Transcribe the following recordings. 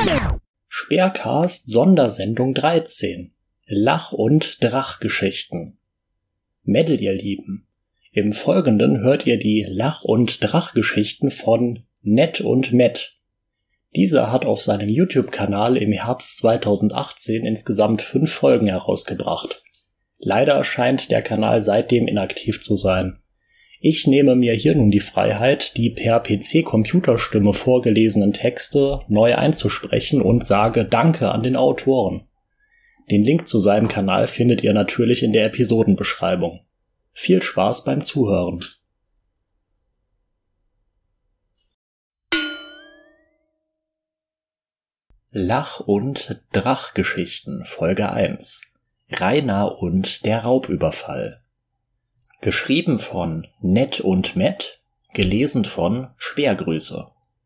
Speercast Sondersendung 13 Lach- und Drachgeschichten. Mädel, ihr Lieben, im Folgenden hört ihr die Lach- und Drachgeschichten von Ned und Matt. Dieser hat auf seinem YouTube-Kanal im Herbst 2018 insgesamt 5 Folgen herausgebracht. Leider scheint der Kanal seitdem inaktiv zu sein. Ich nehme mir hier nun die Freiheit, die per PC-Computerstimme vorgelesenen Texte neu einzusprechen und sage Danke an den Autoren. Den Link zu seinem Kanal findet ihr natürlich in der Episodenbeschreibung. Viel Spaß beim Zuhören. Lach- und Drachgeschichten Folge 1 Rainer und der Raubüberfall. Geschrieben von Ned und Matt, gelesen von Speergrüße.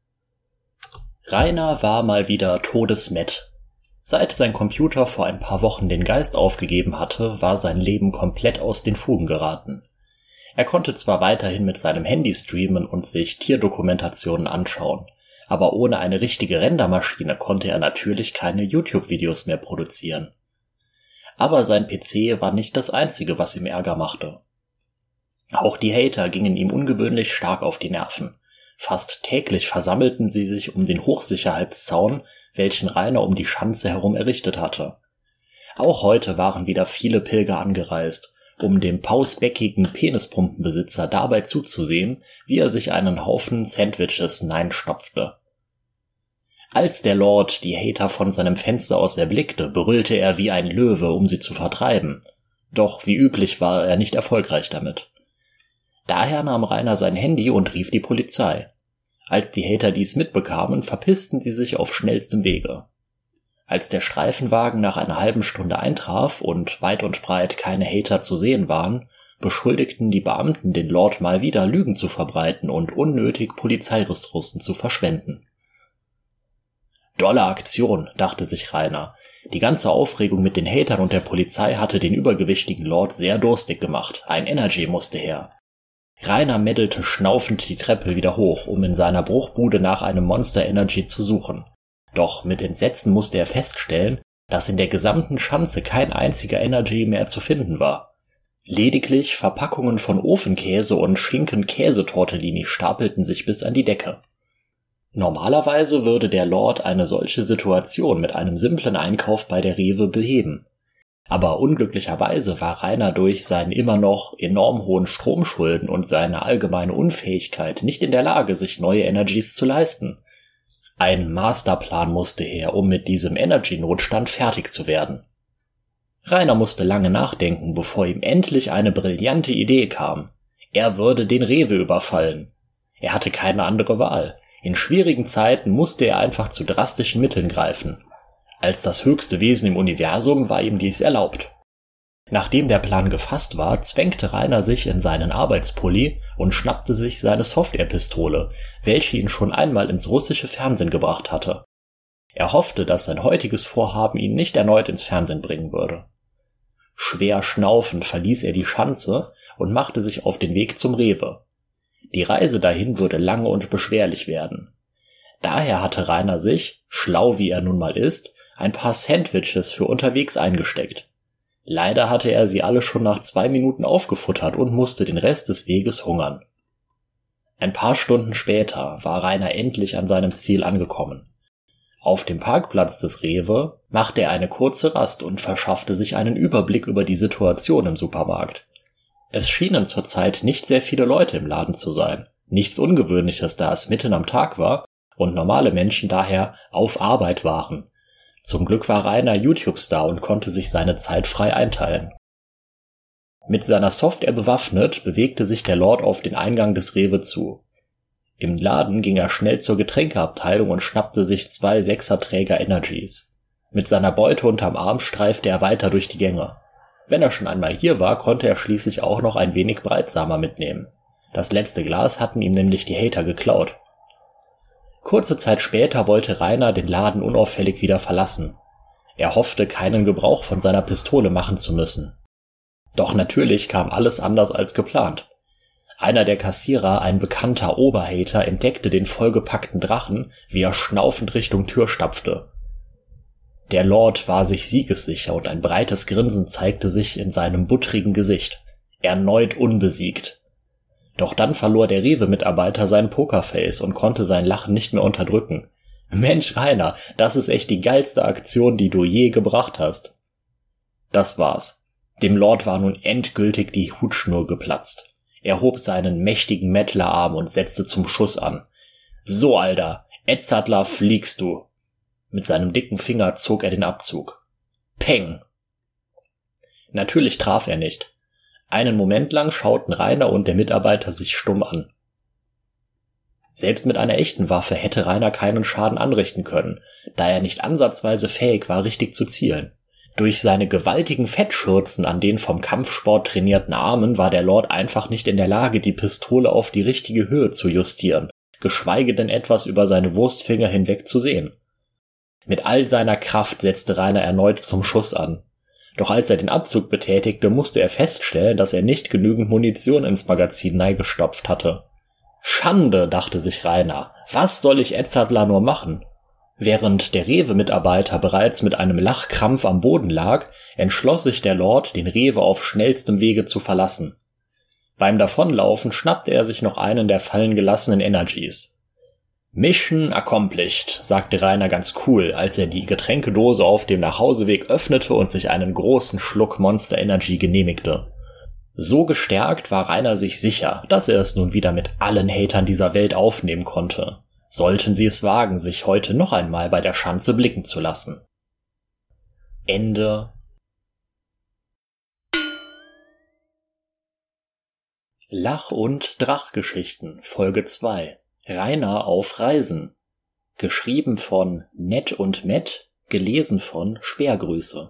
Rainer war mal wieder todesmatt. Seit sein Computer vor ein paar Wochen den Geist aufgegeben hatte, war sein Leben komplett aus den Fugen geraten. Er konnte zwar weiterhin mit seinem Handy streamen und sich Tierdokumentationen anschauen, aber ohne eine richtige Rendermaschine konnte er natürlich keine YouTube-Videos mehr produzieren. Aber sein PC war nicht das Einzige, was ihm Ärger machte. Auch die Hater gingen ihm ungewöhnlich stark auf die Nerven. Fast täglich versammelten sie sich um den Hochsicherheitszaun, welchen Rainer um die Schanze herum errichtet hatte. Auch heute waren wieder viele Pilger angereist, um dem pausbäckigen Penispumpenbesitzer dabei zuzusehen, wie er sich einen Haufen Sandwiches hineinstopfte. Als der Lord die Hater von seinem Fenster aus erblickte, brüllte er wie ein Löwe, um sie zu vertreiben. Doch wie üblich war er nicht erfolgreich damit. Daher nahm Rainer sein Handy und rief die Polizei. Als die Hater dies mitbekamen, verpissten sie sich auf schnellstem Wege. Als der Streifenwagen nach einer halben Stunde eintraf und weit und breit keine Hater zu sehen waren, beschuldigten die Beamten den Lord mal wieder, Lügen zu verbreiten und unnötig Polizeiressourcen zu verschwenden. Dolle Aktion, dachte sich Rainer. Die ganze Aufregung mit den Hatern und der Polizei hatte den übergewichtigen Lord sehr durstig gemacht. Ein Energy musste her. Rainer meddelte schnaufend die Treppe wieder hoch, um in seiner Bruchbude nach einem Monster Energy zu suchen. Doch mit Entsetzen musste er feststellen, dass in der gesamten Schanze kein einziger Energy mehr zu finden war. Lediglich Verpackungen von Ofenkäse und Schinken-Käsetortellini stapelten sich bis an die Decke. Normalerweise würde der Lord eine solche Situation mit einem simplen Einkauf bei der Rewe beheben. Aber unglücklicherweise war Rainer durch seinen immer noch enorm hohen Stromschulden und seine allgemeine Unfähigkeit nicht in der Lage, sich neue Energies zu leisten. Ein Masterplan musste her, um mit diesem Energy-Notstand fertig zu werden. Rainer musste lange nachdenken, bevor ihm endlich eine brillante Idee kam. Er würde den Rewe überfallen. Er hatte keine andere Wahl. In schwierigen Zeiten musste er einfach zu drastischen Mitteln greifen. Als das höchste Wesen im Universum war ihm dies erlaubt. Nachdem der Plan gefasst war, zwängte Rainer sich in seinen Arbeitspulli und schnappte sich seine Softwarepistole, welche ihn schon einmal ins russische Fernsehen gebracht hatte. Er hoffte, dass sein heutiges Vorhaben ihn nicht erneut ins Fernsehen bringen würde. Schwer schnaufend verließ er die Schanze und machte sich auf den Weg zum Rewe. Die Reise dahin würde lange und beschwerlich werden. Daher hatte Rainer sich, schlau wie er nun mal ist, ein paar Sandwiches für unterwegs eingesteckt. Leider hatte er sie alle schon nach 2 Minuten aufgefuttert und musste den Rest des Weges hungern. Ein paar Stunden später war Rainer endlich an seinem Ziel angekommen. Auf dem Parkplatz des Rewe machte er eine kurze Rast und verschaffte sich einen Überblick über die Situation im Supermarkt. Es schienen zurzeit nicht sehr viele Leute im Laden zu sein. Nichts Ungewöhnliches, da es mitten am Tag war und normale Menschen daher auf Arbeit waren. Zum Glück war Rainer YouTube-Star und konnte sich seine Zeit frei einteilen. Mit seiner Software bewaffnet bewegte sich der Lord auf den Eingang des Rewe zu. Im Laden ging er schnell zur Getränkeabteilung und schnappte sich 2 6er-Träger Energies. Mit seiner Beute unterm Arm streifte er weiter durch die Gänge. Wenn er schon einmal hier war, konnte er schließlich auch noch ein wenig Breitsamer mitnehmen. Das letzte Glas hatten ihm nämlich die Hater geklaut. Kurze Zeit später wollte Rainer den Laden unauffällig wieder verlassen. Er hoffte, keinen Gebrauch von seiner Pistole machen zu müssen. Doch natürlich kam alles anders als geplant. Einer der Kassierer, ein bekannter Oberhater, entdeckte den vollgepackten Drachen, wie er schnaufend Richtung Tür stapfte. Der Lord war sich siegessicher und ein breites Grinsen zeigte sich in seinem buttrigen Gesicht. Erneut unbesiegt. Doch dann verlor der Rewe-Mitarbeiter sein Pokerface und konnte sein Lachen nicht mehr unterdrücken. Mensch, Rainer, das ist echt die geilste Aktion, die du je gebracht hast. Das war's. Dem Lord war nun endgültig die Hutschnur geplatzt. Er hob seinen mächtigen Mettlerarm und setzte zum Schuss an. So, Alter, Edzardler fliegst du. Mit seinem dicken Finger zog er den Abzug. Peng! Natürlich traf er nicht. Einen Moment lang schauten Rainer und der Mitarbeiter sich stumm an. Selbst mit einer echten Waffe hätte Rainer keinen Schaden anrichten können, da er nicht ansatzweise fähig war, richtig zu zielen. Durch seine gewaltigen Fettschürzen an den vom Kampfsport trainierten Armen war der Lord einfach nicht in der Lage, die Pistole auf die richtige Höhe zu justieren, geschweige denn etwas über seine Wurstfinger hinweg zu sehen. Mit all seiner Kraft setzte Rainer erneut zum Schuss an. Doch als er den Abzug betätigte, musste er feststellen, dass er nicht genügend Munition ins Magazin gestopft hatte. Schande, dachte sich Rainer, was soll ich Edzardler nur machen? Während der Rewe-Mitarbeiter bereits mit einem Lachkrampf am Boden lag, entschloss sich der Lord, den Rewe auf schnellstem Wege zu verlassen. Beim Davonlaufen schnappte er sich noch einen der fallen gelassenen Energies. Mission accomplished, sagte Rainer ganz cool, als er die Getränkedose auf dem Nachhauseweg öffnete und sich einen großen Schluck Monster Energy genehmigte. So gestärkt war Rainer sich sicher, dass er es nun wieder mit allen Hatern dieser Welt aufnehmen konnte. Sollten sie es wagen, sich heute noch einmal bei der Schanze blicken zu lassen. Ende. Lach- und Drachgeschichten, Folge 2. Rainer auf Reisen. Geschrieben von Nett und Matt, gelesen von Speergrüße.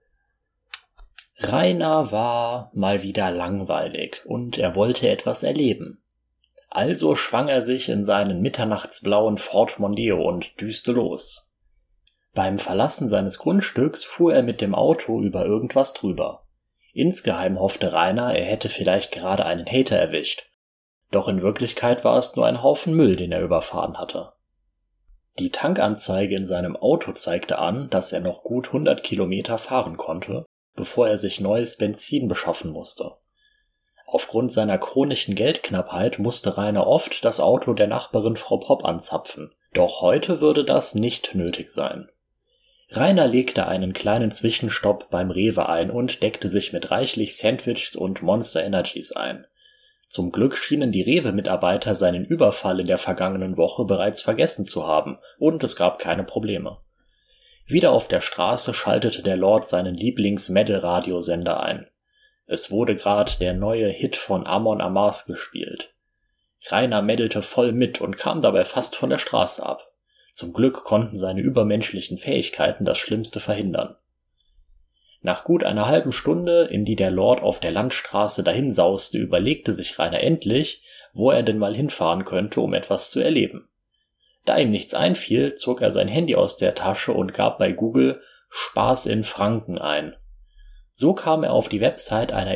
Rainer war mal wieder langweilig und er wollte etwas erleben. Also schwang er sich in seinen mitternachtsblauen Ford Mondeo und düste los. Beim Verlassen seines Grundstücks fuhr er mit dem Auto über irgendwas drüber. Insgeheim hoffte Rainer, er hätte vielleicht gerade einen Hater erwischt. Doch in Wirklichkeit war es nur ein Haufen Müll, den er überfahren hatte. Die Tankanzeige in seinem Auto zeigte an, dass er noch gut 100 Kilometer fahren konnte, bevor er sich neues Benzin beschaffen musste. Aufgrund seiner chronischen Geldknappheit musste Rainer oft das Auto der Nachbarin Frau Popp anzapfen, doch heute würde das nicht nötig sein. Rainer legte einen kleinen Zwischenstopp beim Rewe ein und deckte sich mit reichlich Sandwiches und Monster Energies ein. Zum Glück schienen die Rewe-Mitarbeiter seinen Überfall in der vergangenen Woche bereits vergessen zu haben, und es gab keine Probleme. Wieder auf der Straße schaltete der Lord seinen Lieblings-Metal-Radiosender ein. Es wurde gerade der neue Hit von Amon Amarth gespielt. Rainer meddelte voll mit und kam dabei fast von der Straße ab. Zum Glück konnten seine übermenschlichen Fähigkeiten das Schlimmste verhindern. Nach gut einer halben Stunde, in die der Lord auf der Landstraße dahinsauste, überlegte sich Rainer endlich, wo er denn mal hinfahren könnte, um etwas zu erleben. Da ihm nichts einfiel, zog er sein Handy aus der Tasche und gab bei Google Spaß in Franken ein. So kam er auf die Website einer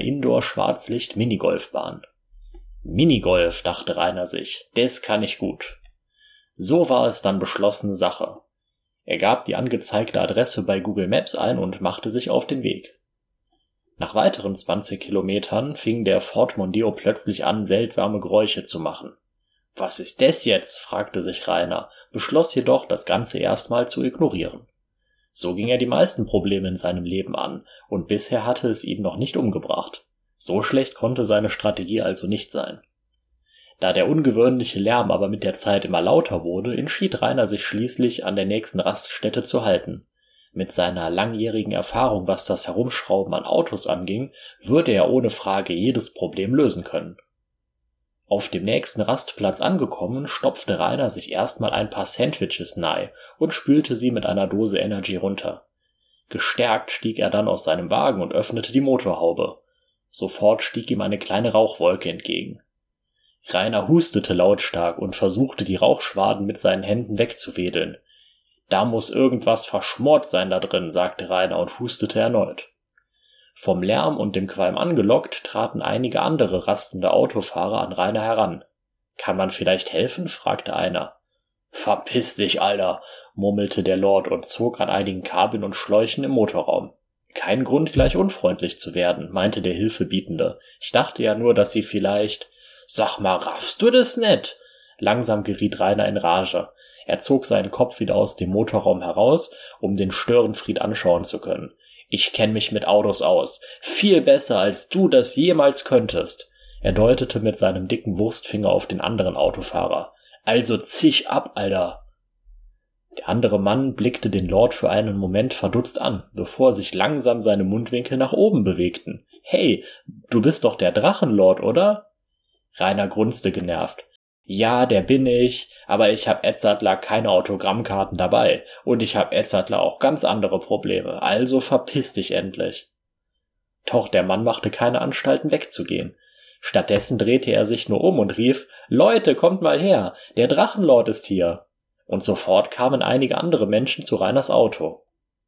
Indoor-Schwarzlicht-Minigolfbahn. Minigolf, dachte Rainer sich, das kann ich gut. So war es dann beschlossene Sache. Er gab die angezeigte Adresse bei Google Maps ein und machte sich auf den Weg. Nach weiteren 20 Kilometern fing der Ford Mondeo plötzlich an, seltsame Geräusche zu machen. Was ist das jetzt? Fragte sich Rainer, beschloss jedoch, das Ganze erstmal zu ignorieren. So ging er die meisten Probleme in seinem Leben an, und bisher hatte es ihn noch nicht umgebracht. So schlecht konnte seine Strategie also nicht sein. Da der ungewöhnliche Lärm aber mit der Zeit immer lauter wurde, entschied Rainer sich schließlich, an der nächsten Raststätte zu halten. Mit seiner langjährigen Erfahrung, was das Herumschrauben an Autos anging, würde er ohne Frage jedes Problem lösen können. Auf dem nächsten Rastplatz angekommen, stopfte Rainer sich erstmal ein paar Sandwiches nahe und spülte sie mit einer Dose Energy runter. Gestärkt stieg er dann aus seinem Wagen und öffnete die Motorhaube. Sofort stieg ihm eine kleine Rauchwolke entgegen. Rainer hustete lautstark und versuchte, die Rauchschwaden mit seinen Händen wegzuwedeln. Da muss irgendwas verschmort sein da drin, sagte Rainer und hustete erneut. Vom Lärm und dem Qualm angelockt, traten einige andere rastende Autofahrer an Rainer heran. »Kann man vielleicht helfen?« fragte einer. »Verpiss dich, Alter! murmelte der Lord und zog an einigen Kabeln und Schläuchen im Motorraum. Kein Grund, gleich unfreundlich zu werden, meinte der Hilfebietende. Ich dachte ja nur, dass Sie vielleicht... Sag mal, raffst du das nicht? Langsam geriet Rainer in Rage. Er zog seinen Kopf wieder aus dem Motorraum heraus, um den Störenfried anschauen zu können. Ich kenn mich mit Autos aus. Viel besser, als du das jemals könntest. Er deutete mit seinem dicken Wurstfinger auf den anderen Autofahrer. Also zieh ab, Alter. Der andere Mann blickte den Lord für einen Moment verdutzt an, bevor sich langsam seine Mundwinkel nach oben bewegten. Hey, du bist doch der Drachenlord, oder? Rainer grunzte genervt. Ja, der bin ich, aber ich hab Edzardler keine Autogrammkarten dabei und ich hab Edzardler auch ganz andere Probleme, also verpiss dich endlich. Doch der Mann machte keine Anstalten wegzugehen. Stattdessen drehte er sich nur um und rief, Leute, kommt mal her, der Drachenlord ist hier. Und sofort kamen einige andere Menschen zu Rainers Auto.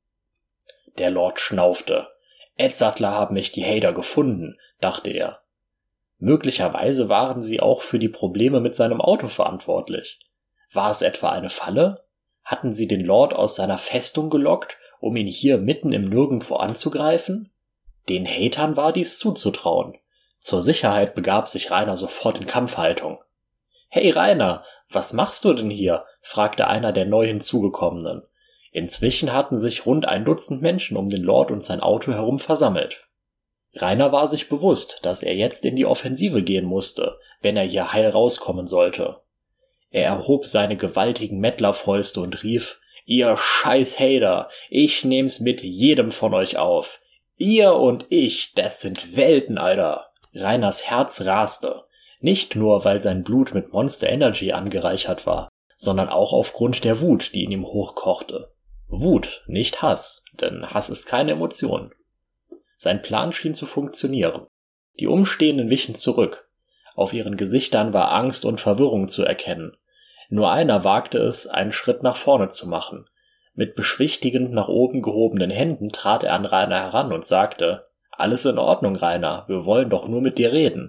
Der Lord schnaufte. Edzardler haben mich die Hater gefunden, dachte er. Möglicherweise waren sie auch für die Probleme mit seinem Auto verantwortlich. War es etwa eine Falle? Hatten sie den Lord aus seiner Festung gelockt, um ihn hier mitten im Nirgendwo anzugreifen? Den Hatern war dies zuzutrauen. Zur Sicherheit begab sich Rainer sofort in Kampfhaltung. »Hey Rainer, was machst du denn hier?« fragte einer der neu hinzugekommenen. Inzwischen hatten sich rund 1 Dutzend Menschen um den Lord und sein Auto herum versammelt. Rainer war sich bewusst, dass er jetzt in die Offensive gehen musste, wenn er hier heil rauskommen sollte. Er erhob seine gewaltigen Mettlerfäuste und rief, »Ihr scheiß Hater, ich nehm's mit jedem von euch auf. Ihr und ich, das sind Welten, Alter!« Rainers Herz raste. Nicht nur, weil sein Blut mit Monster Energy angereichert war, sondern auch aufgrund der Wut, die in ihm hochkochte. Wut, nicht Hass, denn Hass ist keine Emotion. Sein Plan schien zu funktionieren. Die Umstehenden wichen zurück. Auf ihren Gesichtern war Angst und Verwirrung zu erkennen. Nur einer wagte es, einen Schritt nach vorne zu machen. Mit beschwichtigend nach oben gehobenen Händen trat er an Rainer heran und sagte, »Alles in Ordnung, Rainer, wir wollen doch nur mit dir reden.«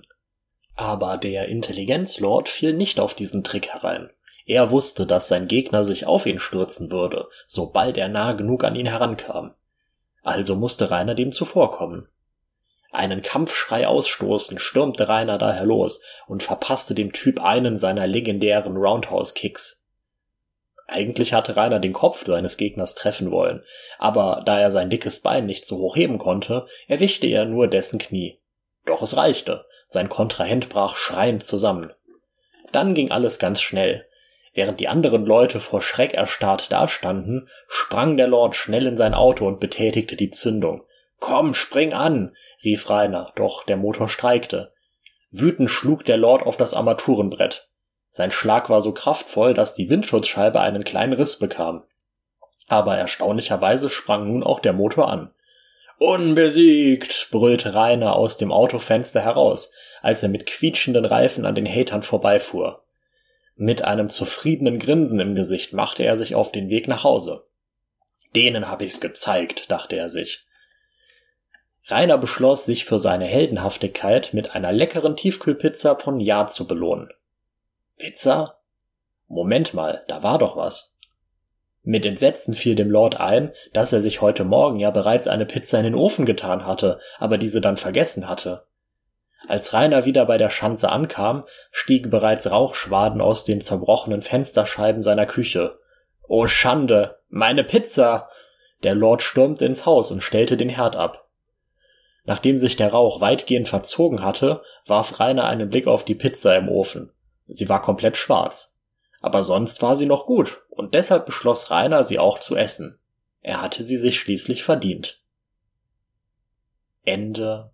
Aber der Intelligenzlord fiel nicht auf diesen Trick herein. Er wusste, dass sein Gegner sich auf ihn stürzen würde, sobald er nah genug an ihn herankam. Also musste Rainer dem zuvorkommen. Einen Kampfschrei ausstoßend stürmte Rainer daher los und verpasste dem Typ einen seiner legendären Roundhouse-Kicks. Eigentlich hatte Rainer den Kopf seines Gegners treffen wollen, aber da er sein dickes Bein nicht so hoch heben konnte, erwischte er nur dessen Knie. Doch es reichte, sein Kontrahent brach schreiend zusammen. Dann ging alles ganz schnell. Während die anderen Leute vor Schreck erstarrt dastanden, sprang der Lord schnell in sein Auto und betätigte die Zündung. »Komm, spring an«, rief Rainer, doch der Motor streikte. Wütend schlug der Lord auf das Armaturenbrett. Sein Schlag war so kraftvoll, dass die Windschutzscheibe einen kleinen Riss bekam. Aber erstaunlicherweise sprang nun auch der Motor an. »Unbesiegt«, brüllte Rainer aus dem Autofenster heraus, als er mit quietschenden Reifen an den Hatern vorbeifuhr. Mit einem zufriedenen Grinsen im Gesicht machte er sich auf den Weg nach Hause. »Denen hab ich's gezeigt«, dachte er sich. Rainer beschloss, sich für seine Heldenhaftigkeit mit einer leckeren Tiefkühlpizza von Ja zu belohnen. Pizza? Moment mal, da war doch was. Mit Entsetzen fiel dem Lord ein, dass er sich heute Morgen ja bereits eine Pizza in den Ofen getan hatte, aber diese dann vergessen hatte. Als Rainer wieder bei der Schanze ankam, stiegen bereits Rauchschwaden aus den zerbrochenen Fensterscheiben seiner Küche. »Oh Schande, meine Pizza!« Der Lord stürmte ins Haus und stellte den Herd ab. Nachdem sich der Rauch weitgehend verzogen hatte, warf Rainer einen Blick auf die Pizza im Ofen. Sie war komplett schwarz. Aber sonst war sie noch gut, und deshalb beschloss Rainer, sie auch zu essen. Er hatte sie sich schließlich verdient. Ende.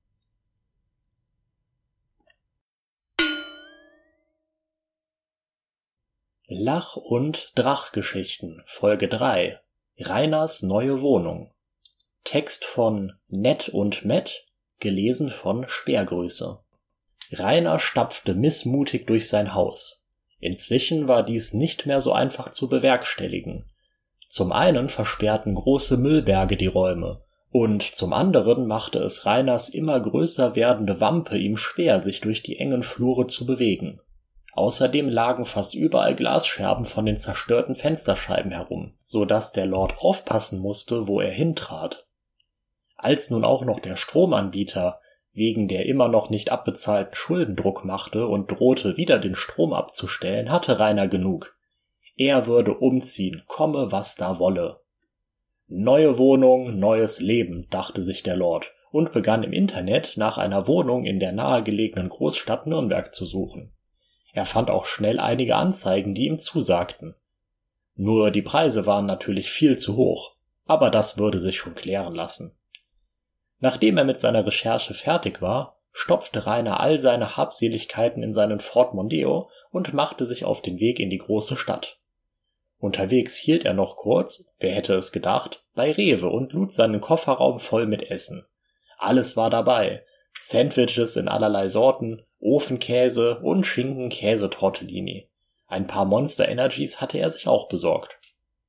Lach- und Drachgeschichten, Folge 3. Rainers neue Wohnung. Text von Nett und Matt, gelesen von Speergrüße. Rainer stapfte missmutig durch sein Haus. Inzwischen war dies nicht mehr so einfach zu bewerkstelligen. Zum einen versperrten große Müllberge die Räume, und zum anderen machte es Rainers immer größer werdende Wampe ihm schwer, sich durch die engen Flure zu bewegen. Außerdem lagen fast überall Glasscherben von den zerstörten Fensterscheiben herum, so dass der Lord aufpassen musste, wo er hintrat. Als nun auch noch der Stromanbieter wegen der immer noch nicht abbezahlten Schulden Druck machte und drohte, wieder den Strom abzustellen, hatte Rainer genug. Er würde umziehen, komme was da wolle. Neue Wohnung, neues Leben, dachte sich der Lord und begann im Internet nach einer Wohnung in der nahegelegenen Großstadt Nürnberg zu suchen. Er fand auch schnell einige Anzeigen, die ihm zusagten. Nur die Preise waren natürlich viel zu hoch, aber das würde sich schon klären lassen. Nachdem er mit seiner Recherche fertig war, stopfte Rainer all seine Habseligkeiten in seinen Ford Mondeo und machte sich auf den Weg in die große Stadt. Unterwegs hielt er noch kurz, wer hätte es gedacht, bei Rewe und lud seinen Kofferraum voll mit Essen. Alles war dabei, Sandwiches in allerlei Sorten, Ofenkäse und Schinken-Käse-Tortellini. Ein paar Monster Energies hatte er sich auch besorgt.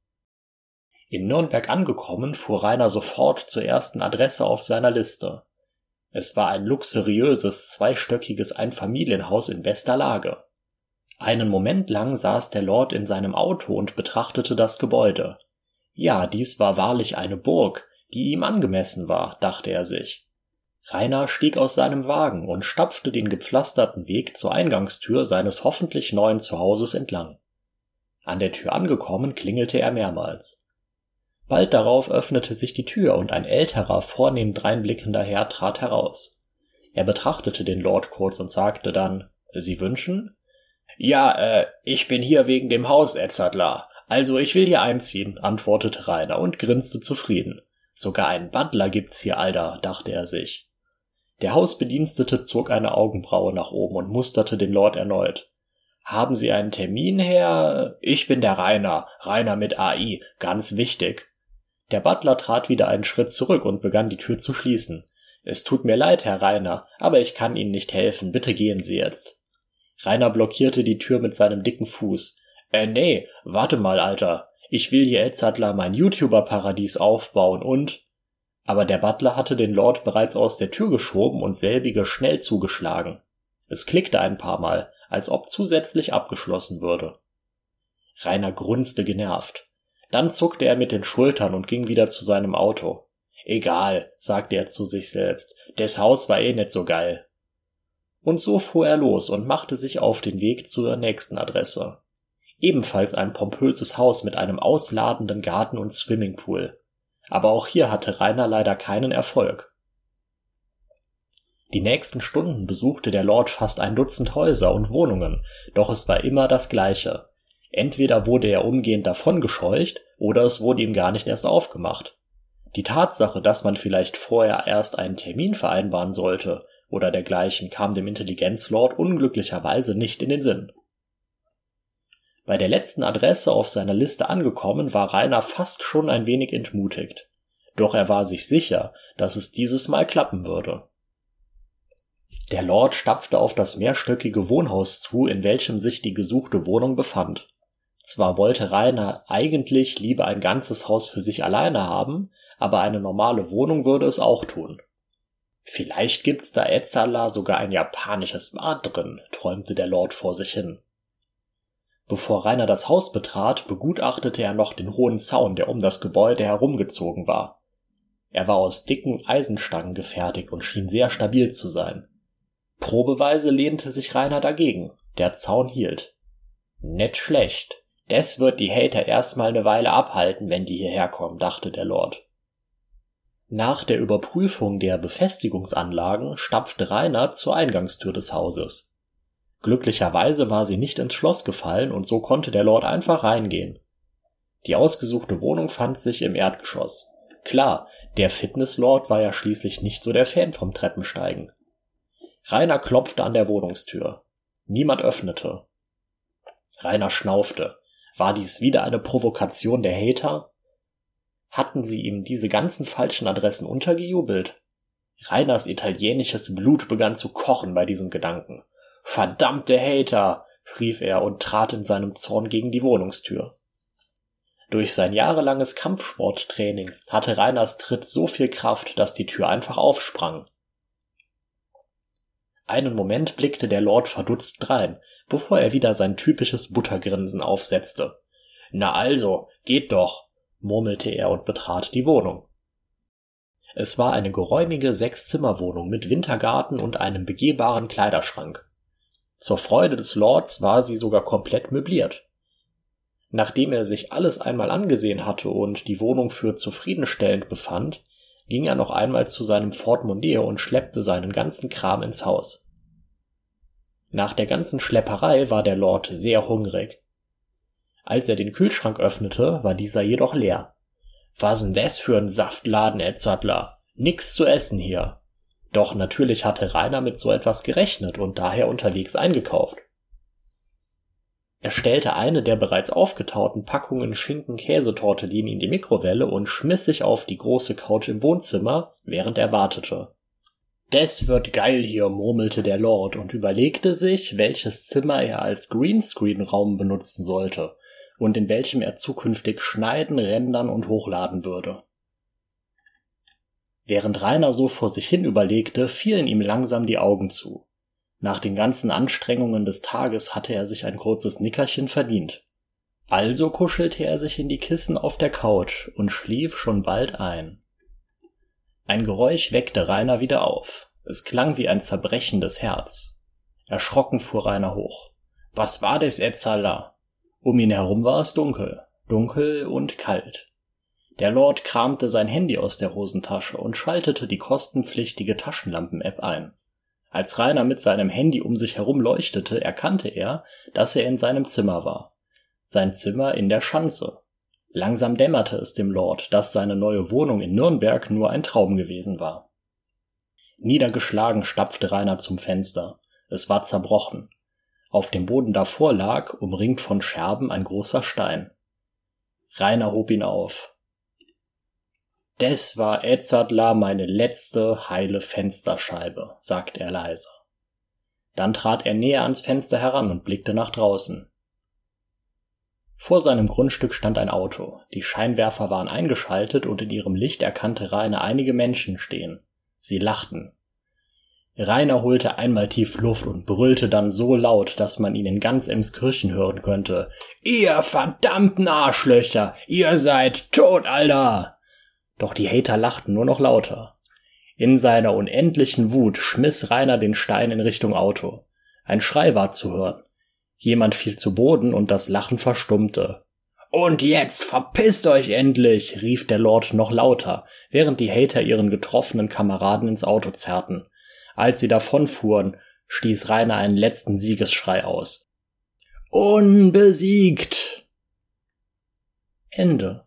In Nürnberg angekommen, fuhr Rainer sofort zur ersten Adresse auf seiner Liste. Es war ein luxuriöses, zweistöckiges Einfamilienhaus in bester Lage. Einen Moment lang saß der Lord in seinem Auto und betrachtete das Gebäude. Ja, dies war wahrlich eine Burg, die ihm angemessen war, dachte er sich. Rainer stieg aus seinem Wagen und stapfte den gepflasterten Weg zur Eingangstür seines hoffentlich neuen Zuhauses entlang. An der Tür angekommen, klingelte er mehrmals. Bald darauf öffnete sich die Tür und ein älterer, vornehm dreinblickender Herr trat heraus. Er betrachtete den Lord kurz und sagte dann, »Sie wünschen?« »Ja, ich bin hier wegen dem Haus, Edzardler. Also ich will hier einziehen«, antwortete Rainer und grinste zufrieden. »Sogar einen Butler gibt's hier, Alter«, dachte er sich. Der Hausbedienstete zog eine Augenbraue nach oben und musterte den Lord erneut. »Haben Sie einen Termin, Herr?« »Ich bin der Rainer mit AI, ganz wichtig.« Der Butler trat wieder einen Schritt zurück und begann die Tür zu schließen. »Es tut mir leid, Herr Rainer, aber ich kann Ihnen nicht helfen, bitte gehen Sie jetzt.« Rainer blockierte die Tür mit seinem dicken Fuß. Nee, warte mal, Alter. Ich will hier Edzardler mein YouTuber-Paradies aufbauen und…« Aber der Butler hatte den Lord bereits aus der Tür geschoben und selbige schnell zugeschlagen. Es klickte ein paar Mal, als ob zusätzlich abgeschlossen würde. Rainer grunzte genervt. Dann zuckte er mit den Schultern und ging wieder zu seinem Auto. »Egal«, sagte er zu sich selbst, »des Haus war eh nicht so geil.« Und so fuhr er los und machte sich auf den Weg zur nächsten Adresse. Ebenfalls ein pompöses Haus mit einem ausladenden Garten und Swimmingpool. Aber auch hier hatte Rainer leider keinen Erfolg. Die nächsten Stunden besuchte der Lord fast ein Dutzend Häuser und Wohnungen, doch es war immer das Gleiche. Entweder wurde er umgehend davongescheucht, oder es wurde ihm gar nicht erst aufgemacht. Die Tatsache, dass man vielleicht vorher erst einen Termin vereinbaren sollte oder dergleichen, kam dem Intelligenzlord unglücklicherweise nicht in den Sinn. Bei der letzten Adresse auf seiner Liste angekommen, war Rainer fast schon ein wenig entmutigt. Doch er war sich sicher, dass es dieses Mal klappen würde. Der Lord stapfte auf das mehrstöckige Wohnhaus zu, in welchem sich die gesuchte Wohnung befand. Zwar wollte Rainer eigentlich lieber ein ganzes Haus für sich alleine haben, aber eine normale Wohnung würde es auch tun. Vielleicht gibt's da Edzardler sogar ein japanisches Bad drin, träumte der Lord vor sich hin. Bevor Rainer das Haus betrat, begutachtete er noch den hohen Zaun, der um das Gebäude herumgezogen war. Er war aus dicken Eisenstangen gefertigt und schien sehr stabil zu sein. Probeweise lehnte sich Rainer dagegen, der Zaun hielt. Nicht schlecht, das wird die Hater erstmal eine Weile abhalten, wenn die hierher kommen, dachte der Lord. Nach der Überprüfung der Befestigungsanlagen stapfte Rainer zur Eingangstür des Hauses. Glücklicherweise war sie nicht ins Schloss gefallen und so konnte der Lord einfach reingehen. Die ausgesuchte Wohnung fand sich im Erdgeschoss. Klar, der Fitnesslord war ja schließlich nicht so der Fan vom Treppensteigen. Rainer klopfte an der Wohnungstür. Niemand öffnete. Rainer schnaufte. War dies wieder eine Provokation der Hater? Hatten sie ihm diese ganzen falschen Adressen untergejubelt? Rainers italienisches Blut begann zu kochen bei diesem Gedanken. »Verdammte Hater«, rief er und trat in seinem Zorn gegen die Wohnungstür. Durch sein jahrelanges Kampfsporttraining hatte Rainers Tritt so viel Kraft, dass die Tür einfach aufsprang. Einen Moment blickte der Lord verdutzt drein, bevor er wieder sein typisches Buttergrinsen aufsetzte. »Na also, geht doch«, murmelte er und betrat die Wohnung. Es war eine geräumige 6-Zimmer-Wohnung mit Wintergarten und einem begehbaren Kleiderschrank. Zur Freude des Lords war sie sogar komplett möbliert. Nachdem er sich alles einmal angesehen hatte und die Wohnung für zufriedenstellend befand, ging er noch einmal zu seinem Ford Mondeo und schleppte seinen ganzen Kram ins Haus. Nach der ganzen Schlepperei war der Lord sehr hungrig. Als er den Kühlschrank öffnete, war dieser jedoch leer. »Was denn das für ein Saftladen, Edzardler? Nix zu essen hier.« Doch natürlich hatte Rainer mit so etwas gerechnet und daher unterwegs eingekauft. Er stellte eine der bereits aufgetauten Packungen Schinken-Käsetortellini in die Mikrowelle und schmiss sich auf die große Couch im Wohnzimmer, während er wartete. »Das wird geil hier«, murmelte der Lord und überlegte sich, welches Zimmer er als Greenscreen-Raum benutzen sollte und in welchem er zukünftig schneiden, rendern und hochladen würde. Während Rainer so vor sich hin überlegte, fielen ihm langsam die Augen zu. Nach den ganzen Anstrengungen des Tages hatte er sich ein kurzes Nickerchen verdient. Also kuschelte er sich in die Kissen auf der Couch und schlief schon bald ein. Ein Geräusch weckte Rainer wieder auf. Es klang wie ein zerbrechendes Herz. Erschrocken fuhr Rainer hoch. »Was war das, Edzardler?« Um ihn herum war es dunkel und kalt. Der Lord kramte sein Handy aus der Hosentasche und schaltete die kostenpflichtige Taschenlampen-App ein. Als Rainer mit seinem Handy um sich herum leuchtete, erkannte er, dass er in seinem Zimmer war. Sein Zimmer in der Schanze. Langsam dämmerte es dem Lord, dass seine neue Wohnung in Nürnberg nur ein Traum gewesen war. Niedergeschlagen stapfte Rainer zum Fenster. Es war zerbrochen. Auf dem Boden davor lag, umringt von Scherben, ein großer Stein. Rainer hob ihn auf. »Das war Edzardler meine letzte heile Fensterscheibe«, sagte er leise. Dann trat er näher ans Fenster heran und blickte nach draußen. Vor seinem Grundstück stand ein Auto. Die Scheinwerfer waren eingeschaltet und in ihrem Licht erkannte Rainer einige Menschen stehen. Sie lachten. Rainer holte einmal tief Luft und brüllte dann so laut, dass man ihn in ganz Emskirchen hören könnte. »Ihr verdammten Arschlöcher! Ihr seid tot, Alter!« Doch die Hater lachten nur noch lauter. In seiner unendlichen Wut schmiss Rainer den Stein in Richtung Auto. Ein Schrei war zu hören. Jemand fiel zu Boden und das Lachen verstummte. »Und jetzt verpisst euch endlich«, rief der Lord noch lauter, während die Hater ihren getroffenen Kameraden ins Auto zerrten. Als sie davonfuhren, stieß Rainer einen letzten Siegesschrei aus. »Unbesiegt!« Ende.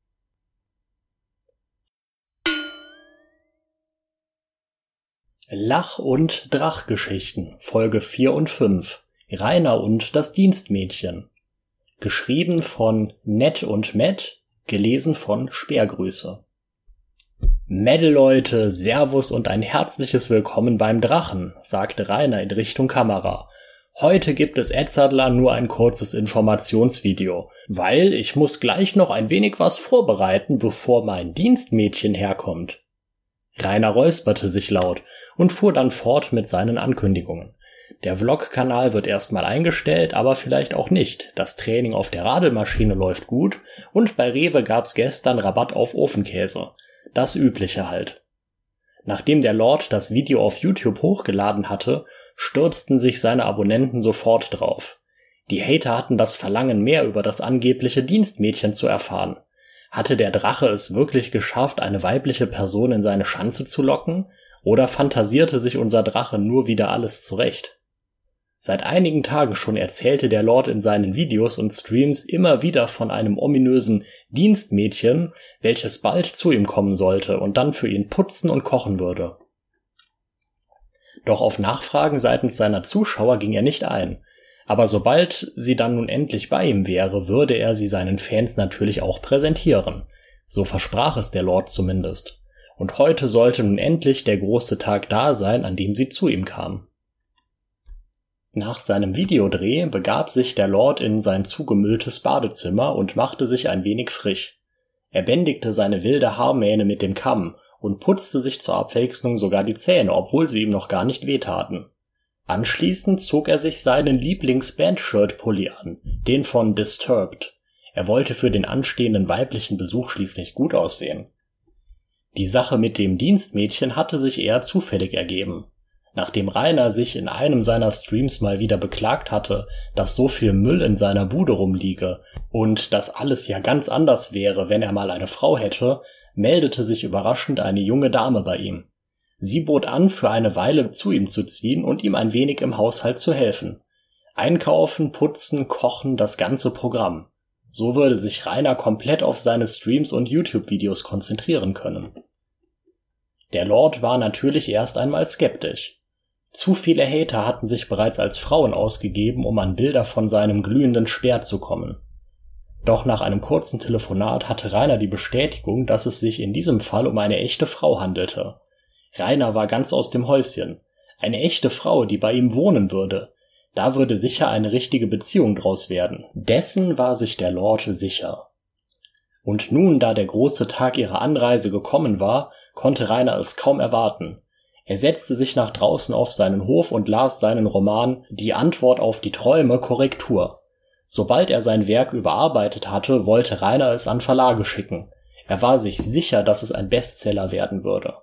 Lach- und Drachgeschichten, Folge 4 und 5. Rainer und das Dienstmädchen. Geschrieben von Nett und Matt, gelesen von Speergrüße. Mädel-Leute, Servus und ein herzliches Willkommen beim Drachen, sagte Rainer in Richtung Kamera. Heute gibt es Edzardler nur ein kurzes Informationsvideo, weil ich muss gleich noch ein wenig was vorbereiten, bevor mein Dienstmädchen herkommt. Rainer räusperte sich laut und fuhr dann fort mit seinen Ankündigungen. Der Vlog-Kanal wird erstmal eingestellt, aber vielleicht auch nicht. Das Training auf der Radelmaschine läuft gut und bei Rewe gab's gestern Rabatt auf Ofenkäse. Das Übliche halt. Nachdem der Lord das Video auf YouTube hochgeladen hatte, stürzten sich seine Abonnenten sofort drauf. Die Hater hatten das Verlangen, mehr über das angebliche Dienstmädchen zu erfahren. Hatte der Drache es wirklich geschafft, eine weibliche Person in seine Schanze zu locken, oder fantasierte sich unser Drache nur wieder alles zurecht? Seit einigen Tagen schon erzählte der Lord in seinen Videos und Streams immer wieder von einem ominösen Dienstmädchen, welches bald zu ihm kommen sollte und dann für ihn putzen und kochen würde. Doch auf Nachfragen seitens seiner Zuschauer ging er nicht ein. Aber sobald sie dann nun endlich bei ihm wäre, würde er sie seinen Fans natürlich auch präsentieren. So versprach es der Lord zumindest. Und heute sollte nun endlich der große Tag da sein, an dem sie zu ihm kam. Nach seinem Videodreh begab sich der Lord in sein zugemülltes Badezimmer und machte sich ein wenig frisch. Er bändigte seine wilde Haarmähne mit dem Kamm und putzte sich zur Abwechslung sogar die Zähne, obwohl sie ihm noch gar nicht wehtaten. Anschließend zog er sich seinen Lieblings-Band-Shirt-Pulli an, den von Disturbed. Er wollte für den anstehenden weiblichen Besuch schließlich gut aussehen. Die Sache mit dem Dienstmädchen hatte sich eher zufällig ergeben. Nachdem Rainer sich in einem seiner Streams mal wieder beklagt hatte, dass so viel Müll in seiner Bude rumliege und dass alles ja ganz anders wäre, wenn er mal eine Frau hätte, meldete sich überraschend eine junge Dame bei ihm. Sie bot an, für eine Weile zu ihm zu ziehen und ihm ein wenig im Haushalt zu helfen. Einkaufen, putzen, kochen, das ganze Programm. So würde sich Rainer komplett auf seine Streams und YouTube-Videos konzentrieren können. Der Lord war natürlich erst einmal skeptisch. Zu viele Hater hatten sich bereits als Frauen ausgegeben, um an Bilder von seinem glühenden Speer zu kommen. Doch nach einem kurzen Telefonat hatte Rainer die Bestätigung, dass es sich in diesem Fall um eine echte Frau handelte. Rainer war ganz aus dem Häuschen. Eine echte Frau, die bei ihm wohnen würde. Da würde sicher eine richtige Beziehung draus werden. Dessen war sich der Lord sicher. Und nun, da der große Tag ihrer Anreise gekommen war, konnte Rainer es kaum erwarten. Er setzte sich nach draußen auf seinen Hof und las seinen Roman Die Antwort auf die Träume Korrektur. Sobald er sein Werk überarbeitet hatte, wollte Rainer es an Verlage schicken. Er war sich sicher, dass es ein Bestseller werden würde.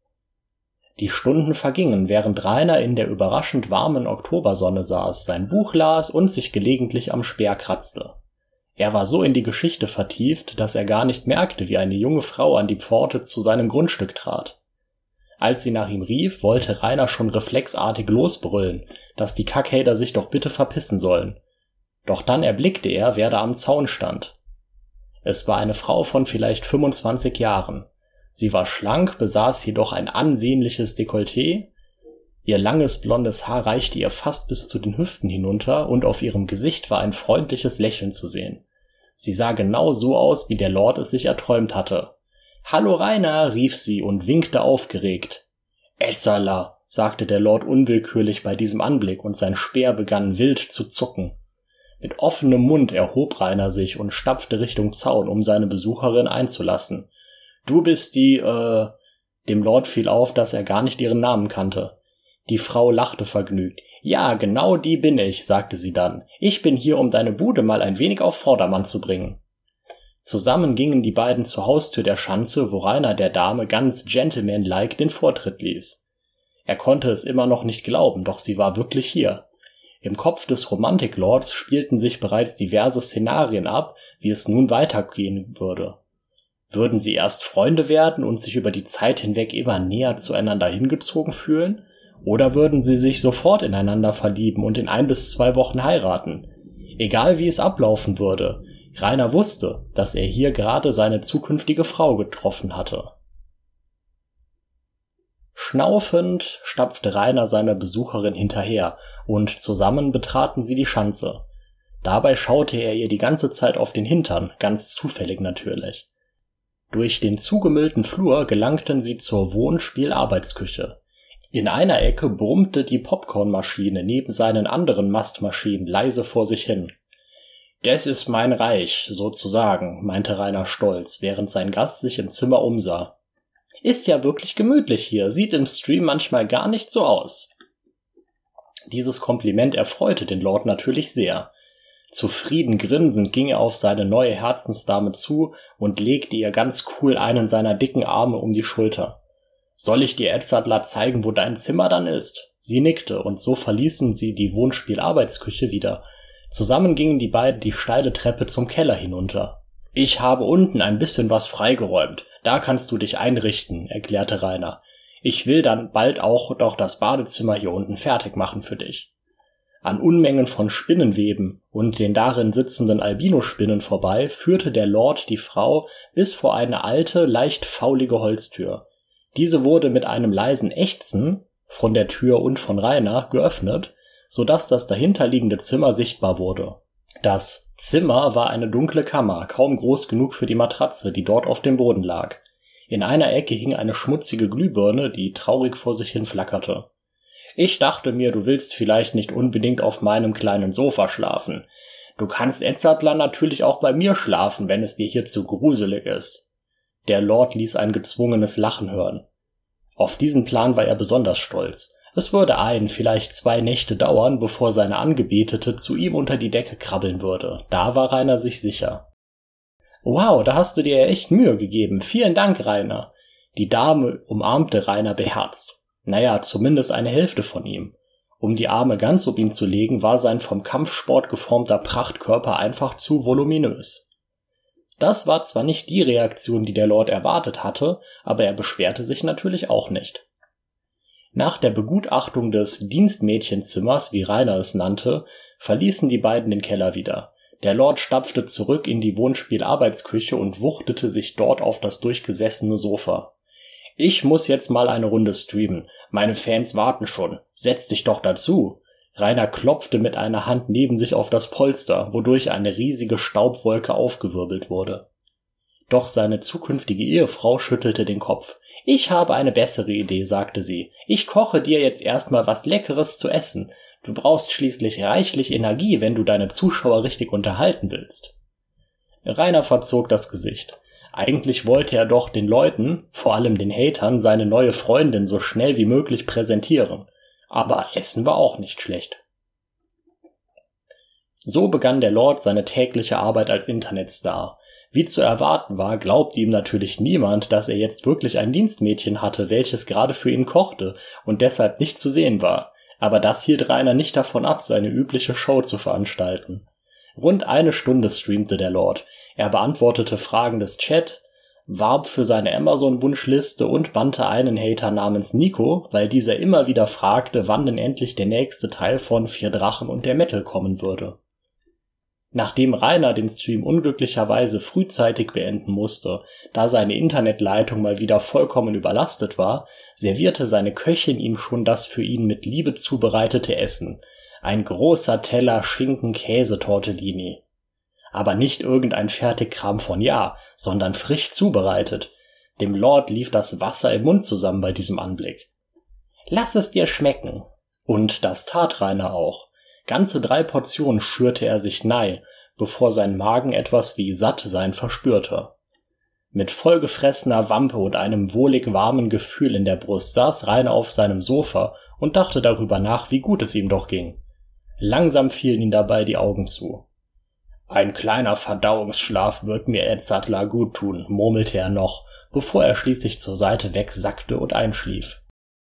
Die Stunden vergingen, während Rainer in der überraschend warmen Oktobersonne saß, sein Buch las und sich gelegentlich am Speer kratzte. Er war so in die Geschichte vertieft, dass er gar nicht merkte, wie eine junge Frau an die Pforte zu seinem Grundstück trat. Als sie nach ihm rief, wollte Rainer schon reflexartig losbrüllen, dass die Kackhater sich doch bitte verpissen sollen. Doch dann erblickte er, wer da am Zaun stand. Es war eine Frau von vielleicht 25 Jahren. Sie war schlank, besaß jedoch ein ansehnliches Dekolleté. Ihr langes blondes Haar reichte ihr fast bis zu den Hüften hinunter und auf ihrem Gesicht war ein freundliches Lächeln zu sehen. Sie sah genau so aus, wie der Lord es sich erträumt hatte. »Hallo Rainer«, rief sie und winkte aufgeregt. »Essala«, sagte der Lord unwillkürlich bei diesem Anblick und sein Speer begann wild zu zucken. Mit offenem Mund erhob Rainer sich und stapfte Richtung Zaun, um seine Besucherin einzulassen. »Du bist die, Dem Lord fiel auf, dass er gar nicht ihren Namen kannte. Die Frau lachte vergnügt. »Ja, genau die bin ich«, sagte sie dann. »Ich bin hier, um deine Bude mal ein wenig auf Vordermann zu bringen.« Zusammen gingen die beiden zur Haustür der Schanze, wo Rainer der Dame ganz gentlemanlike den Vortritt ließ. Er konnte es immer noch nicht glauben, doch sie war wirklich hier. Im Kopf des Romantiklords spielten sich bereits diverse Szenarien ab, wie es nun weitergehen würde. Würden sie erst Freunde werden und sich über die Zeit hinweg immer näher zueinander hingezogen fühlen? Oder würden sie sich sofort ineinander verlieben und in 1 bis 2 Wochen heiraten? Egal wie es ablaufen würde, Rainer wusste, dass er hier gerade seine zukünftige Frau getroffen hatte. Schnaufend stapfte Rainer seiner Besucherin hinterher und zusammen betraten sie die Schanze. Dabei schaute er ihr die ganze Zeit auf den Hintern, ganz zufällig natürlich. Durch den zugemüllten Flur gelangten sie zur Wohnspiel-Arbeitsküche. In einer Ecke brummte die Popcornmaschine neben seinen anderen Mastmaschinen leise vor sich hin. »Das ist mein Reich, sozusagen«, meinte Rainer stolz, während sein Gast sich im Zimmer umsah. »Ist ja wirklich gemütlich hier, sieht im Stream manchmal gar nicht so aus.« Dieses Kompliment erfreute den Lord natürlich sehr. Zufrieden grinsend ging er auf seine neue Herzensdame zu und legte ihr ganz cool einen seiner dicken Arme um die Schulter. »Soll ich dir Edzardler zeigen, wo dein Zimmer dann ist?« Sie nickte, und so verließen sie die Wohnspiel-Arbeitsküche wieder. Zusammen gingen die beiden die steile Treppe zum Keller hinunter. »Ich habe unten ein bisschen was freigeräumt. Da kannst du dich einrichten«, erklärte Rainer. »Ich will dann bald auch noch das Badezimmer hier unten fertig machen für dich.« An Unmengen von Spinnenweben und den darin sitzenden Albinospinnen vorbei führte der Lord die Frau bis vor eine alte, leicht faulige Holztür. Diese wurde mit einem leisen Ächzen von der Tür und von Rainer geöffnet, so dass das dahinterliegende Zimmer sichtbar wurde. Das Zimmer war eine dunkle Kammer, kaum groß genug für die Matratze, die dort auf dem Boden lag. In einer Ecke hing eine schmutzige Glühbirne, die traurig vor sich hin flackerte. »Ich dachte mir, du willst vielleicht nicht unbedingt auf meinem kleinen Sofa schlafen. Du kannst Edzardler natürlich auch bei mir schlafen, wenn es dir hier zu gruselig ist.« Der Lord ließ ein gezwungenes Lachen hören. Auf diesen Plan war er besonders stolz. Es würde vielleicht 2 Nächte dauern, bevor seine Angebetete zu ihm unter die Decke krabbeln würde. Da war Rainer sich sicher. »Wow, da hast du dir ja echt Mühe gegeben. Vielen Dank, Rainer.« Die Dame umarmte Rainer beherzt. Naja, zumindest eine Hälfte von ihm. Um die Arme ganz um ihn zu legen, war sein vom Kampfsport geformter Prachtkörper einfach zu voluminös. Das war zwar nicht die Reaktion, die der Lord erwartet hatte, aber er beschwerte sich natürlich auch nicht. Nach der Begutachtung des Dienstmädchenzimmers, wie Rainer es nannte, verließen die beiden den Keller wieder. Der Lord stapfte zurück in die Wohnspiel-Arbeitsküche und wuchtete sich dort auf das durchgesessene Sofa. »Ich muss jetzt mal eine Runde streamen. Meine Fans warten schon. Setz dich doch dazu.« Rainer klopfte mit einer Hand neben sich auf das Polster, wodurch eine riesige Staubwolke aufgewirbelt wurde. Doch seine zukünftige Ehefrau schüttelte den Kopf. »Ich habe eine bessere Idee«, sagte sie. »Ich koche dir jetzt erstmal was Leckeres zu essen. Du brauchst schließlich reichlich Energie, wenn du deine Zuschauer richtig unterhalten willst.« Rainer verzog das Gesicht. Eigentlich wollte er doch den Leuten, vor allem den Hatern, seine neue Freundin so schnell wie möglich präsentieren. Aber Essen war auch nicht schlecht. So begann der Lord seine tägliche Arbeit als Internetstar. Wie zu erwarten war, glaubte ihm natürlich niemand, dass er jetzt wirklich ein Dienstmädchen hatte, welches gerade für ihn kochte und deshalb nicht zu sehen war. Aber das hielt Rainer nicht davon ab, seine übliche Show zu veranstalten. Rund 1 Stunde streamte der Lord. Er beantwortete Fragen des Chat, warb für seine Amazon-Wunschliste und bannte einen Hater namens Nico, weil dieser immer wieder fragte, wann denn endlich der nächste Teil von 4 Drachen und der Metal kommen würde. Nachdem Rainer den Stream unglücklicherweise frühzeitig beenden musste, da seine Internetleitung mal wieder vollkommen überlastet war, servierte seine Köchin ihm schon das für ihn mit Liebe zubereitete Essen. Ein großer Teller Schinken-Käse-Tortellini. Aber nicht irgendein Fertigkram von Jahr, sondern frisch zubereitet. Dem Lord lief das Wasser im Mund zusammen bei diesem Anblick. »Lass es dir schmecken!« Und das tat Rainer auch. Ganze 3 Portionen schürte er sich nei, bevor sein Magen etwas wie Sattsein verspürte. Mit vollgefressener Wampe und einem wohlig warmen Gefühl in der Brust saß Rainer auf seinem Sofa und dachte darüber nach, wie gut es ihm doch ging. Langsam fielen ihm dabei die Augen zu. »Ein kleiner Verdauungsschlaf wird mir Edzardler gut tun«, murmelte er noch, bevor er schließlich zur Seite wegsackte und einschlief.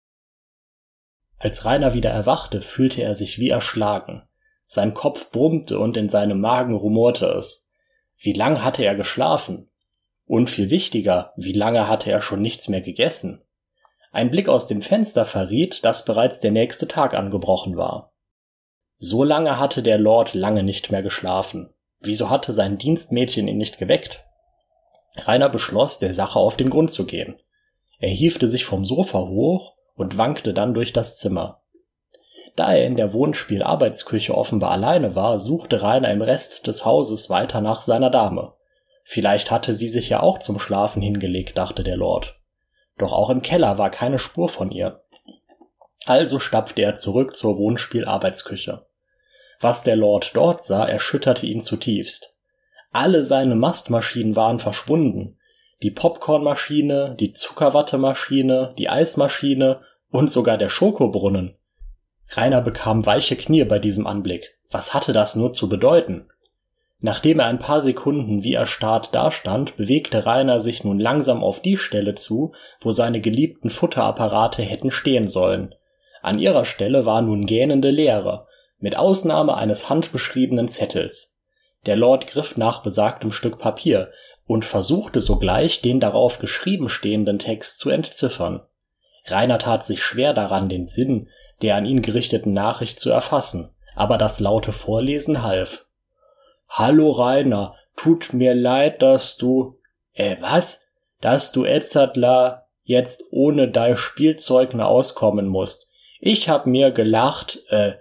Als Rainer wieder erwachte, fühlte er sich wie erschlagen. Sein Kopf brummte und in seinem Magen rumorte es. Wie lang hatte er geschlafen? Und viel wichtiger, wie lange hatte er schon nichts mehr gegessen? Ein Blick aus dem Fenster verriet, dass bereits der nächste Tag angebrochen war. So lange hatte der Lord lange nicht mehr geschlafen. Wieso hatte sein Dienstmädchen ihn nicht geweckt? Rainer beschloss, der Sache auf den Grund zu gehen. Er hiefte sich vom Sofa hoch und wankte dann durch das Zimmer. Da er in der Wohnspiel-Arbeitsküche offenbar alleine war, suchte Rainer im Rest des Hauses weiter nach seiner Dame. Vielleicht hatte sie sich ja auch zum Schlafen hingelegt, dachte der Lord. Doch auch im Keller war keine Spur von ihr. Also stapfte er zurück zur Wohnspiel-Arbeitsküche. Was der Lord dort sah, erschütterte ihn zutiefst. Alle seine Mastmaschinen waren verschwunden. Die Popcornmaschine, die Zuckerwattemaschine, die Eismaschine und sogar der Schokobrunnen. Rainer bekam weiche Knie bei diesem Anblick. Was hatte das nur zu bedeuten? Nachdem er ein paar Sekunden wie erstarrt dastand, bewegte Rainer sich nun langsam auf die Stelle zu, wo seine geliebten Futterapparate hätten stehen sollen. An ihrer Stelle war nun gähnende Leere, mit Ausnahme eines handbeschriebenen Zettels. Der Lord griff nach besagtem Stück Papier und versuchte sogleich, den darauf geschrieben stehenden Text zu entziffern. Rainer tat sich schwer daran, den Sinn der an ihn gerichteten Nachricht zu erfassen, aber das laute Vorlesen half. »Hallo Rainer, tut mir leid, dass du... was? Dass du Edzardler jetzt ohne dein Spielzeug mehr auskommen musst. Ich hab mir gedacht,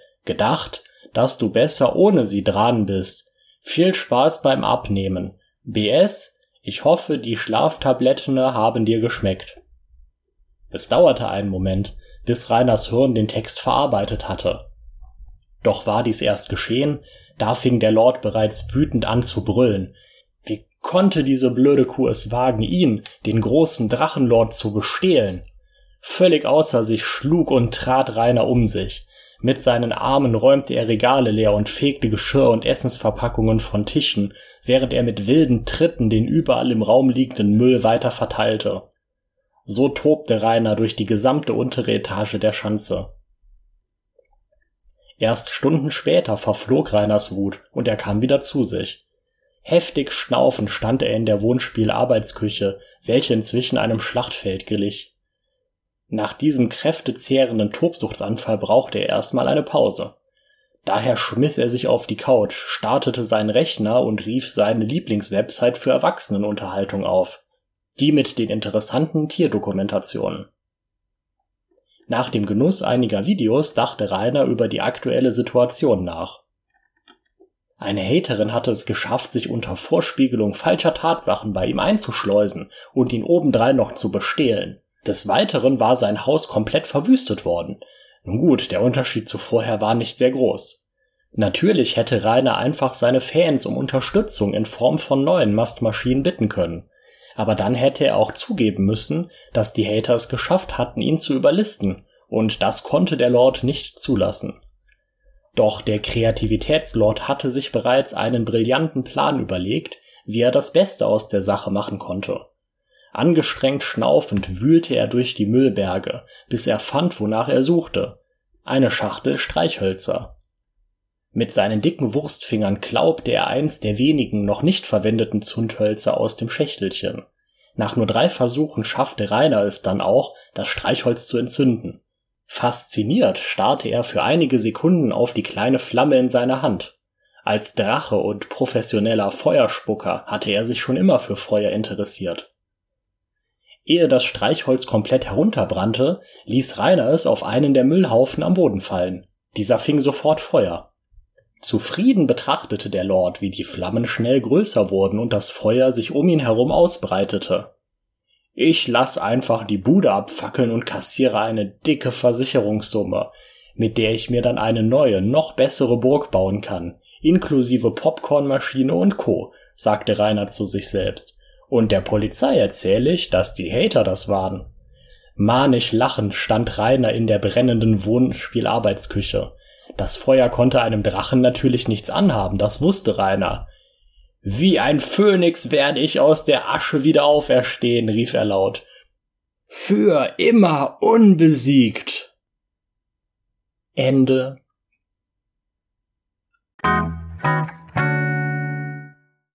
dass du besser ohne sie dran bist. Viel Spaß beim Abnehmen. BS, ich hoffe, die Schlaftabletten haben dir geschmeckt.« Es dauerte einen Moment, bis Rainers Hirn den Text verarbeitet hatte. Doch war dies erst geschehen, da fing der Lord bereits wütend an zu brüllen. Wie konnte diese blöde Kuh es wagen, ihn, den großen Drachenlord, zu bestehlen? Völlig außer sich schlug und trat Rainer um sich. Mit seinen Armen räumte er Regale leer und fegte Geschirr und Essensverpackungen von Tischen, während er mit wilden Tritten den überall im Raum liegenden Müll weiter verteilte. So tobte Rainer durch die gesamte untere Etage der Schanze. Erst Stunden später verflog Rainers Wut und er kam wieder zu sich. Heftig schnaufend stand er in der Wohnspiel-Arbeitsküche, welche inzwischen einem Schlachtfeld glich. Nach diesem kräftezehrenden Tobsuchtsanfall brauchte er erstmal eine Pause. Daher schmiss er sich auf die Couch, startete seinen Rechner und rief seine Lieblingswebsite für Erwachsenenunterhaltung auf, die mit den interessanten Tierdokumentationen. Nach dem Genuss einiger Videos dachte Rainer über die aktuelle Situation nach. Eine Haterin hatte es geschafft, sich unter Vorspiegelung falscher Tatsachen bei ihm einzuschleusen und ihn obendrein noch zu bestehlen. Des Weiteren war sein Haus komplett verwüstet worden. Nun gut, der Unterschied zu vorher war nicht sehr groß. Natürlich hätte Rainer einfach seine Fans um Unterstützung in Form von neuen Mastmaschinen bitten können. Aber dann hätte er auch zugeben müssen, dass die Hater es geschafft hatten, ihn zu überlisten, und das konnte der Lord nicht zulassen. Doch der Kreativitätslord hatte sich bereits einen brillanten Plan überlegt, wie er das Beste aus der Sache machen konnte. Angestrengt schnaufend wühlte er durch die Müllberge, bis er fand, wonach er suchte: eine Schachtel Streichhölzer. Mit seinen dicken Wurstfingern klaubte er eins der wenigen noch nicht verwendeten Zündhölzer aus dem Schächtelchen. Nach nur 3 Versuchen schaffte Rainer es dann auch, das Streichholz zu entzünden. Fasziniert starrte er für einige Sekunden auf die kleine Flamme in seiner Hand. Als Drache und professioneller Feuerspucker hatte er sich schon immer für Feuer interessiert. Ehe das Streichholz komplett herunterbrannte, ließ Rainer es auf einen der Müllhaufen am Boden fallen. Dieser fing sofort Feuer. Zufrieden betrachtete der Lord, wie die Flammen schnell größer wurden und das Feuer sich um ihn herum ausbreitete. Ich lass einfach die Bude abfackeln und kassiere eine dicke Versicherungssumme, mit der ich mir dann eine neue, noch bessere Burg bauen kann, inklusive Popcornmaschine und Co., sagte Rainer zu sich selbst. Und der Polizei erzähle ich, dass die Hater das waren. Manisch lachend stand Rainer in der brennenden Wohnspielarbeitsküche. Das Feuer konnte einem Drachen natürlich nichts anhaben, das wusste Rainer. Wie ein Phönix werde ich aus der Asche wieder auferstehen, rief er laut. Für immer unbesiegt. Ende.